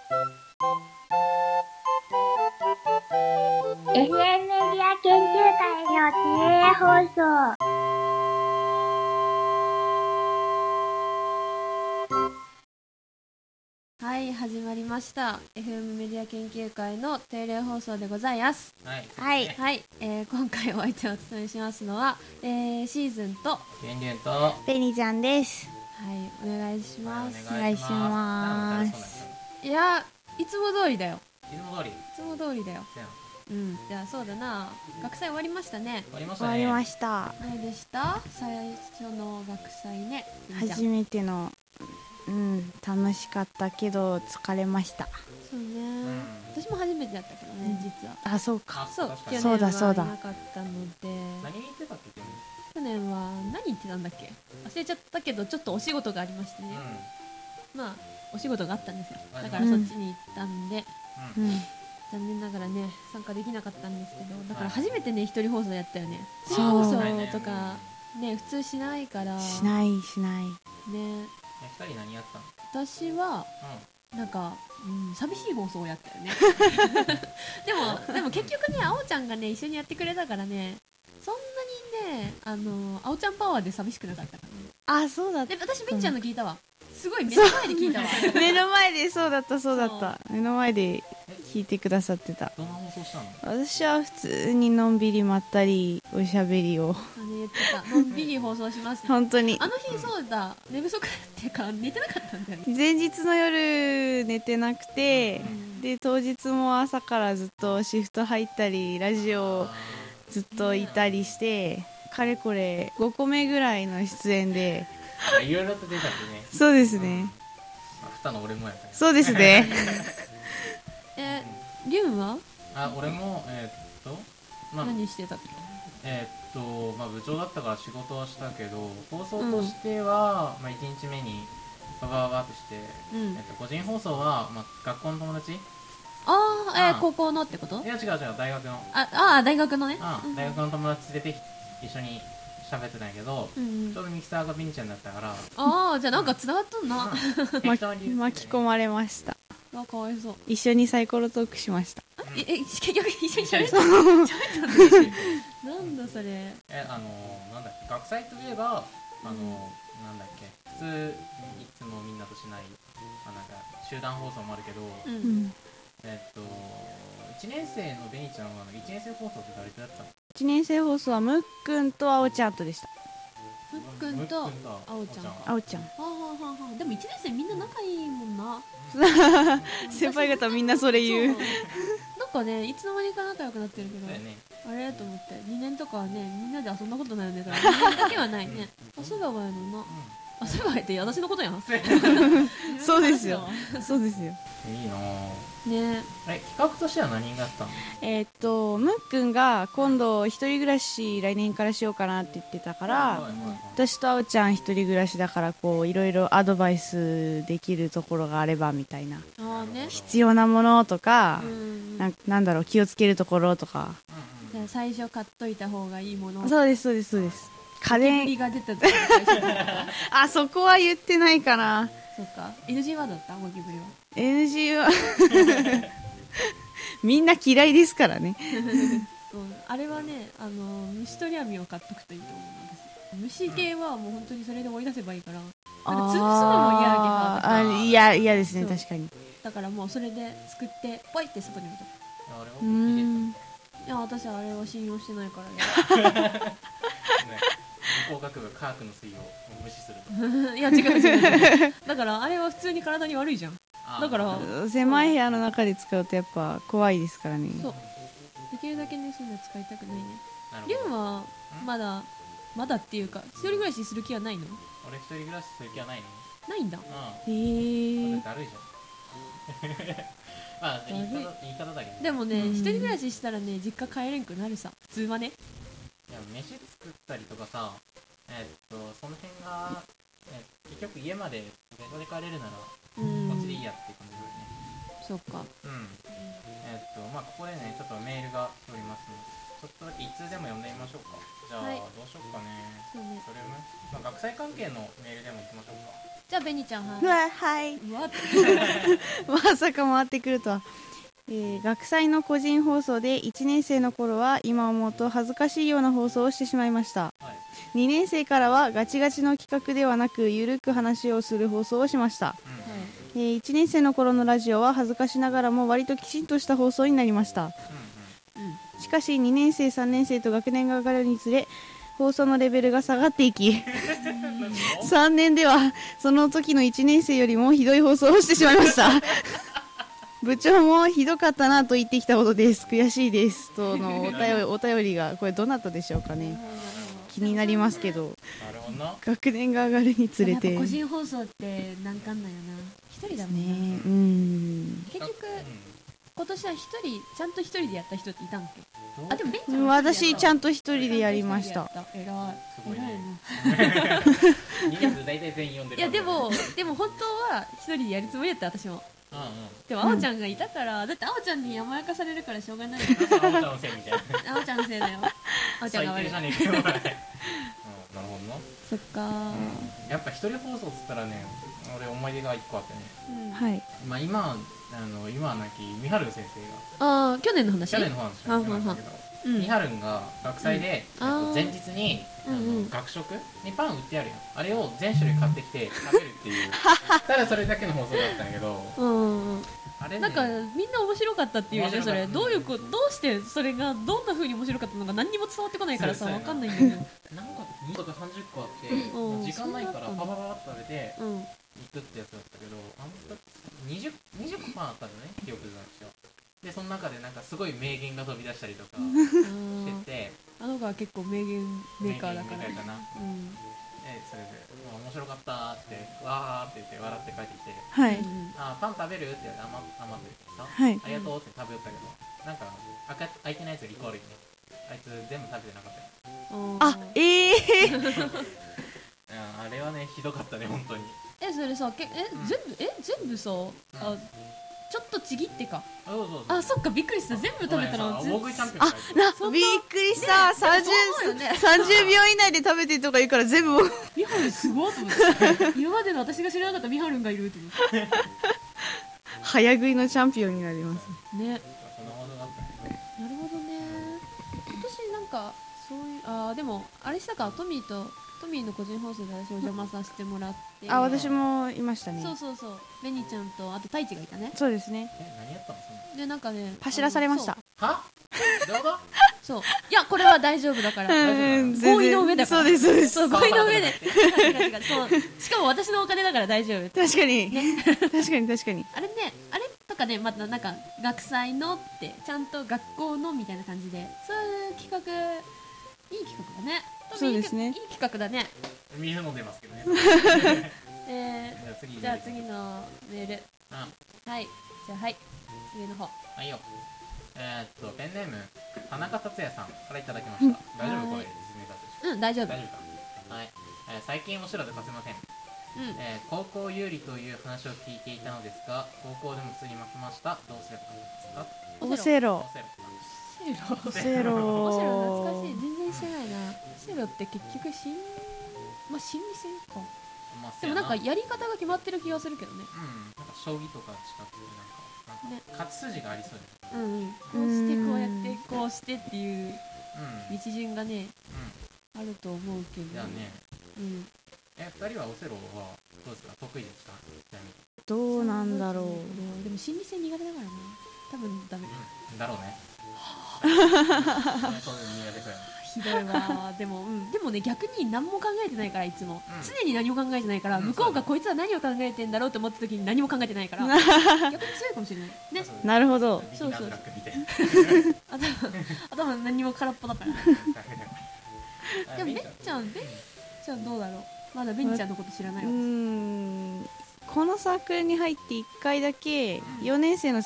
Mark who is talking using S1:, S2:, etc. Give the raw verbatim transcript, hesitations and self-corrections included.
S1: エフエム メディア研究会の定例放送。
S2: はい、始まりました エフエム メディア研究会の定例放送でございます。
S3: はい、
S2: はい、はい、えー、今回お相手をお務めしますのは、えー、シーズンと
S3: ゲンゲンと
S4: ベニちゃんです。
S2: はい、お願いします。
S4: お願いします。
S2: いや、いつも通りだよ。
S3: いつも通り。い
S2: つも通りだよ。うん、じゃあそうだな。学祭終わりましたね。
S3: 終わりましたね。
S4: 終わりました。
S2: どうでした？最初の学祭ね。
S4: 初めての、うん、楽しかったけど疲れました。
S2: そうね、うん、私も初めてだったけどね、うん、実は。
S4: あ、そうか。
S2: そう、去
S4: そうだそうだ。
S2: 年はいなかったので。
S3: 何言ってたっけ？
S2: 去年は何言ってたんだっけ？忘れちゃったけど、ちょっとお仕事がありましてね。うん、まあお仕事があったんですよ。だからそっちに行ったんで、うんうん、残念ながらね参加できなかったんですけど、だから初めてね一人放送やったよね。一人放送とかね普通しないから。
S4: しないしないね。
S3: ふたり何やったの？
S2: 私は、うん、なんか、うん、寂しい放送をやったよね。でもでも結局ね、あおちゃんがね一緒にやってくれたからね、そんなにね、あのあおちゃんパワーで寂しくなかったからね。
S4: あ、そうだった。
S2: で私ベンちゃんの聞いたわ。すごい目の前で聞いたわ。
S4: 目の前でそうだったそうだった。目の前で聞いてくださってた。
S3: どんな放送したの？
S4: 私は普通にのんびりまったりおしゃべりを。
S2: あの言ってた。のんびり放送します。
S4: 本当に。
S2: あの日そうだ。寝不足っていうか寝てなかったんだよね。
S4: 前日の夜寝てなくて、うん、で当日も朝からずっとシフト入ったりラジオずっといたりして、かれこれごこめぐらいの出演で。
S3: いろいろと出たんでね。
S4: そうですね。
S3: ふたの俺もやった。
S4: そうですね。
S2: え、りゅんは？
S3: あ、俺もえー、っと、
S2: まあ、何してたっけ？
S3: えー、っと、まあ部長だったから仕事はしたけど、放送としては、うん、まあいちにちめにババババってして、うん、えー、っと個人放送はまあ学校の友達。
S2: ああ、えー、高校のってこと？
S3: いや違う違う、大学の。
S2: ああ、大学のね。
S3: あ、大学の友達連れて一緒に喋ってたんやけど、うん、ちょうどミキサーがビンちゃんだったから。
S2: ああ、じゃあなんか繋がっとんな。
S4: うん、巻き込まれました。
S2: あ、かわいそう。
S4: 一緒にサイコロトークしました。
S2: え、え、結局一緒に喋ったの？喋ったの？なんだそれ。
S3: え、あのなんだっけ、学祭といえばあの、うん、なんだっけ、普通いつもみんなとしない、まあ、なんか集団放送もあるけど、うん、えっといちねん生のベニちゃんは、いちねん生放送って誰とやったの？
S4: いちねん生放送はむっくんとあおちゃんとでした。
S2: むっくんとあおちゃん。
S4: あおちゃん。は
S2: あはあはあ。でもいちねん生みんな仲いいもんな。
S4: 先輩方みんなそれ言う。
S2: なんかね、いつの間にか仲良くなってるけど、ね、あれと思ってにねんとかはね、みんなで遊んだことないよね。だからにねんだけはないね。遊べばいいのな。遊べばいいって私のことやん。
S4: そうですよ。そうですよ。
S3: いいな
S2: ね。
S3: え、企画としては何があったの？
S4: えー、っとむっくんが今度一人暮らし来年からしようかなって言ってたから、はいはいはいはい、私とあおちゃん一人暮らしだからこういろいろアドバイスできるところがあればみたいな、
S2: あ、ね、
S4: 必要なものとか、うん、な, なんだろう気をつけるところとか、
S2: じゃあ最初買っといた方がいいもの。
S4: そうですそうですそうです。
S2: 家電が出た時
S4: あ、そこは言ってないかな。
S2: そっか。 エヌジー はだったゴキブリは。
S4: エヌジー はみんな嫌いですからね。
S2: うん、あれはね、あの虫取り網を買っとくといいと思うんです。虫系はもう本当にそれで追い出せばいいから、なんか潰すのも嫌だけど、
S4: あ、いや嫌ですね、確かに。
S2: だからもうそれで作ってポイって外に置いとく。
S3: あれは好きです。
S2: いや、私はあれは信用してないからね。
S3: 理工学部科学の水を無視する。
S2: いや違う違う。だからあれは普通に体に悪いじゃん。だから
S4: 狭い部屋の中で使うとやっぱ怖いですからね。
S2: そう。できるだけね、そういうの使いたくないね。りゅんはまだまだっていうか一人暮らしする気はないの？
S3: 俺一人暮らしする気はないの。
S2: ないんだ。
S3: うん、
S4: へえ。
S3: だるいじゃん。まあ言い方、言い方だけど、ね、
S2: でもね、うん、一人暮らししたらね実家帰れんくなるさ、普通はね。
S3: いや、飯作ったりとかさ、えー、っとその辺が、えー、結局家まで電車で帰れるなら、うん、こっちでいいやって感じだよね。
S2: そっか。
S3: うん。えー、っとまあここでねちょっとメールが来ておりますので、ちょっとだけ一通でも読んでみましょうか。じゃあ、はい、どうしようかね。
S2: そうね。
S3: それも、まあ、学祭関係のメールでもいきましょうか。
S2: じゃあベニちゃんは
S4: うわはいう
S2: わって
S4: まさか回ってくるとは、えー学祭の個人放送でいちねん生の頃は今思うと恥ずかしいような放送をしてしまいました。
S3: はい
S4: にねん生からはガチガチの企画ではなくゆるく話をする放送をしました。えーいちねん生の頃のラジオは恥ずかしながらも割ときちんとした放送になりました。しかしにねん生さんねん生と学年が上がるにつれ放送のレベルが下がっていきさんねんではその時のいちねん生よりもひどい放送をしてしまいました部長もひどかったなと言ってきたほどです。悔しいですとのお便り、お便りがこれどなたでしょうかね。気になりますけど、
S3: なるほどな。
S4: 学年が上がるにつれて
S2: やっぱ個人放送って難関なんよな。一人だもんな、
S4: ね、うん
S2: 結局今年は一人ちゃんと一人でやった人っていたんけ。
S3: うん
S2: あでもベンちゃん
S4: 私ちゃん
S2: と
S4: と一人でやりました。
S2: 偉い
S3: すごいね
S2: 偉いな。
S3: 人数大体全員呼んでる
S2: いやでもでも本当は一人でやるつもりだった私も。
S3: うんうん
S2: でもあおちゃんがいたから、だってあおちゃんに甘やかされるからしょうがないよ。
S3: あとあおちゃんのせいみたいな
S2: あおちゃんのせいだよ。あおちゃんが悪い。
S3: 最低じゃねえかよお前うんなるほどな。
S2: そっか
S3: うんやっぱ一人放送っつったらね、俺思い出が一個あってね、
S2: うん
S4: はい
S3: まあ今あの今は亡きみはるん先生
S2: ああ去年の話。
S3: が去年の話なんだけど、
S2: うん
S3: みはるんが学祭で、
S2: うん
S3: えっと
S2: あー
S3: 前日に、
S2: うんうん
S3: あの学食にパン売ってあるやん、あれを全種類買ってきて食べるっていうただそれだけの放送だったんやけど、
S2: うんうん
S3: あれね
S2: なんかみんな面白かったっていうよね。それ
S3: 面白かった
S2: どういうこどうしてそれがどんな風に面白かったのか何にも伝わってこないからさ
S3: そう
S2: わかんないんだけど。
S3: なんかにとかさんじゅっこあって、
S2: うん
S3: もう時間ないから
S2: そうだったんだ
S3: パパパパッと食べて
S2: うん
S3: 行くってやつだったけど、あの時 20, 20個パンあったんだね、記憶なんですよ。でその中でなんかすごい名言が飛び出したりとかしてて
S2: あの子は結構名言メーカーだから。
S3: 名言みたいかな。
S2: うん
S3: でそれでもう面白かったってわーって言って笑って帰ってきて、
S4: はい
S3: あパン食べるって言って余余っててさ、
S4: はい
S3: ありがとうって食べよったけど、なんか開か開いてないやつがいっこあるよね。あいつ全部食べてなかったよ。
S4: あええー、
S3: うんあれはねひどかったね本当に。
S2: えそれさけえ
S3: うん
S2: 全部え全部さあちょっとちぎってか。
S3: あそうそうそう。
S2: あそっかびっくりした。全部食べたら
S3: 大
S2: 全
S3: 食いチャンピオン
S4: あ
S3: みたいなやつ
S2: そんな
S4: びっくりした、
S2: ね
S4: さんじゅ
S2: そう思うよね
S4: うさんじゅうびょう以内で食べてとか言うから全部
S2: ミハルンすごいと思って今までの私が知らなかったミハルンがいると思って
S4: 早食いのチャンピオンになります。
S2: ね。
S3: そんなことがあったけど、
S2: なるほどね。今年なんかそういうあーでもあれしたかトミーとトミーの個人放送で私お邪魔させてもらって
S4: あ、私もいましたね。
S2: そうそうそうベニちゃんとあと太一がいたね。
S4: そうですね。
S3: え何やったのそんな。
S2: でなんかね
S4: 走らされました。
S3: は？どういうこと？
S2: そうそういやこれは大丈夫だから
S4: うん
S2: 合意の上だから
S4: そうですそうです。
S2: そう合意の上で違う違う違うそうしかも私のお金だから大丈夫。
S4: 確かに、確かに確かに。
S2: あれねあれとかねまたなんか学祭のってちゃんと学校のみたいな感じでそういう企画いい企画だね。
S4: そうですね
S2: いい企画だね。
S3: 水も出ますけどね。
S2: え
S3: じゃあ次
S2: ー、じゃあ次のメール
S3: あ
S2: はいじゃあはい上の方
S3: はいよ。えー、っとペンネーム田中達也さんからいただきました。大丈夫これ実名だと。
S2: うん大丈夫
S3: 大丈夫か。はい。えー最近お城で貸せません。
S2: うん
S3: えー高校有利という話を聞いていたのですが、高校でもすりまきました。どうすればいいですか？
S4: オセロ。
S3: オセロ
S2: セロ
S4: オセロ。
S2: オセロ懐かしい全然してないな。オセロって結局心まあ心理戦か。
S3: まあ
S2: でもなんかやり方が決まってる気がするけどね。
S3: うん、なんか将棋とか近くてなんか、なんか勝ち筋がありそうだよね。
S2: うんうんこうしてこうやってこうしてっていう
S3: うん。
S2: 道順がね
S3: う
S2: あると思うけど。
S3: ん。じゃあね、
S2: うん
S3: え、二人はオセロはどうですか？得意ですか？ちなみに。
S4: どうなんだろう。
S2: でも心理戦苦手だからな多分ダメ。
S3: うん。だろうね。そういうの苦手そうやね。
S2: ひどいわでも、うん、でもね逆に何も考えてないからいつも、
S3: うん
S2: 常に何も考えてないから、
S3: うん
S2: 向こうがこいつは何を考えてんだろうと思った時に何も考えてないから逆に強いかもしれないね。
S3: そう
S4: なるほど。
S3: ビギナーズラックみたいな。
S2: 頭頭何も空っぽだから
S3: あ
S2: でもベンちゃんベンちゃんどうだろうまだベンちゃんのこと知らないうわ、
S4: ーん。このサークルに入っていっかいだけよねん生の